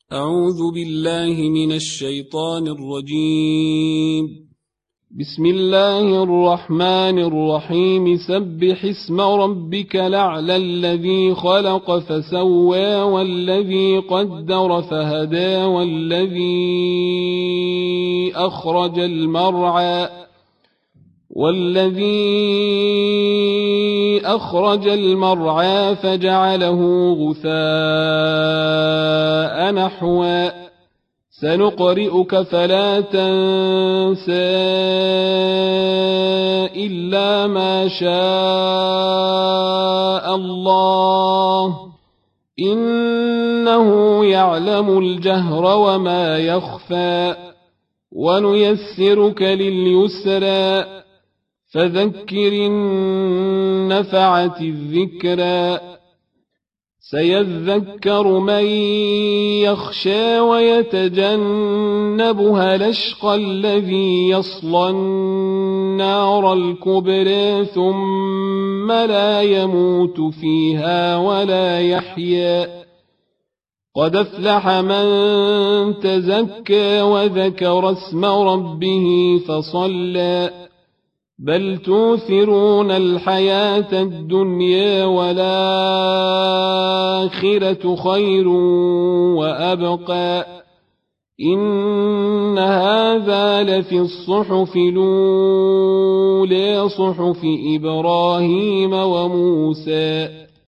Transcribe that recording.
أعوذ بالله من الشيطان الرجيم. بسم الله الرحمن الرحيم. سبح اسم ربك الأعلى الذي خلق فسوى والذي قدر فهدى والذي أخرج المرعى فجعله غثاء نحوا سنقرئك فلا تنسى إلا ما شاء الله إنه يعلم الجهر وما يخفى ونيسرك لليسرى فذكر إن نفعت الذكرى سيذكر من يخشى ويتجنبها الأشقى الذي يصلى النار الكبرى ثم لا يموت فيها ولا يحيا قد أفلح من تزكى وذكر اسم ربه فصلى بل توثرون الحياة الدنيا والآخرة خير وأبقى إن هذا لفي الصحف الأولى صحف إبراهيم وموسى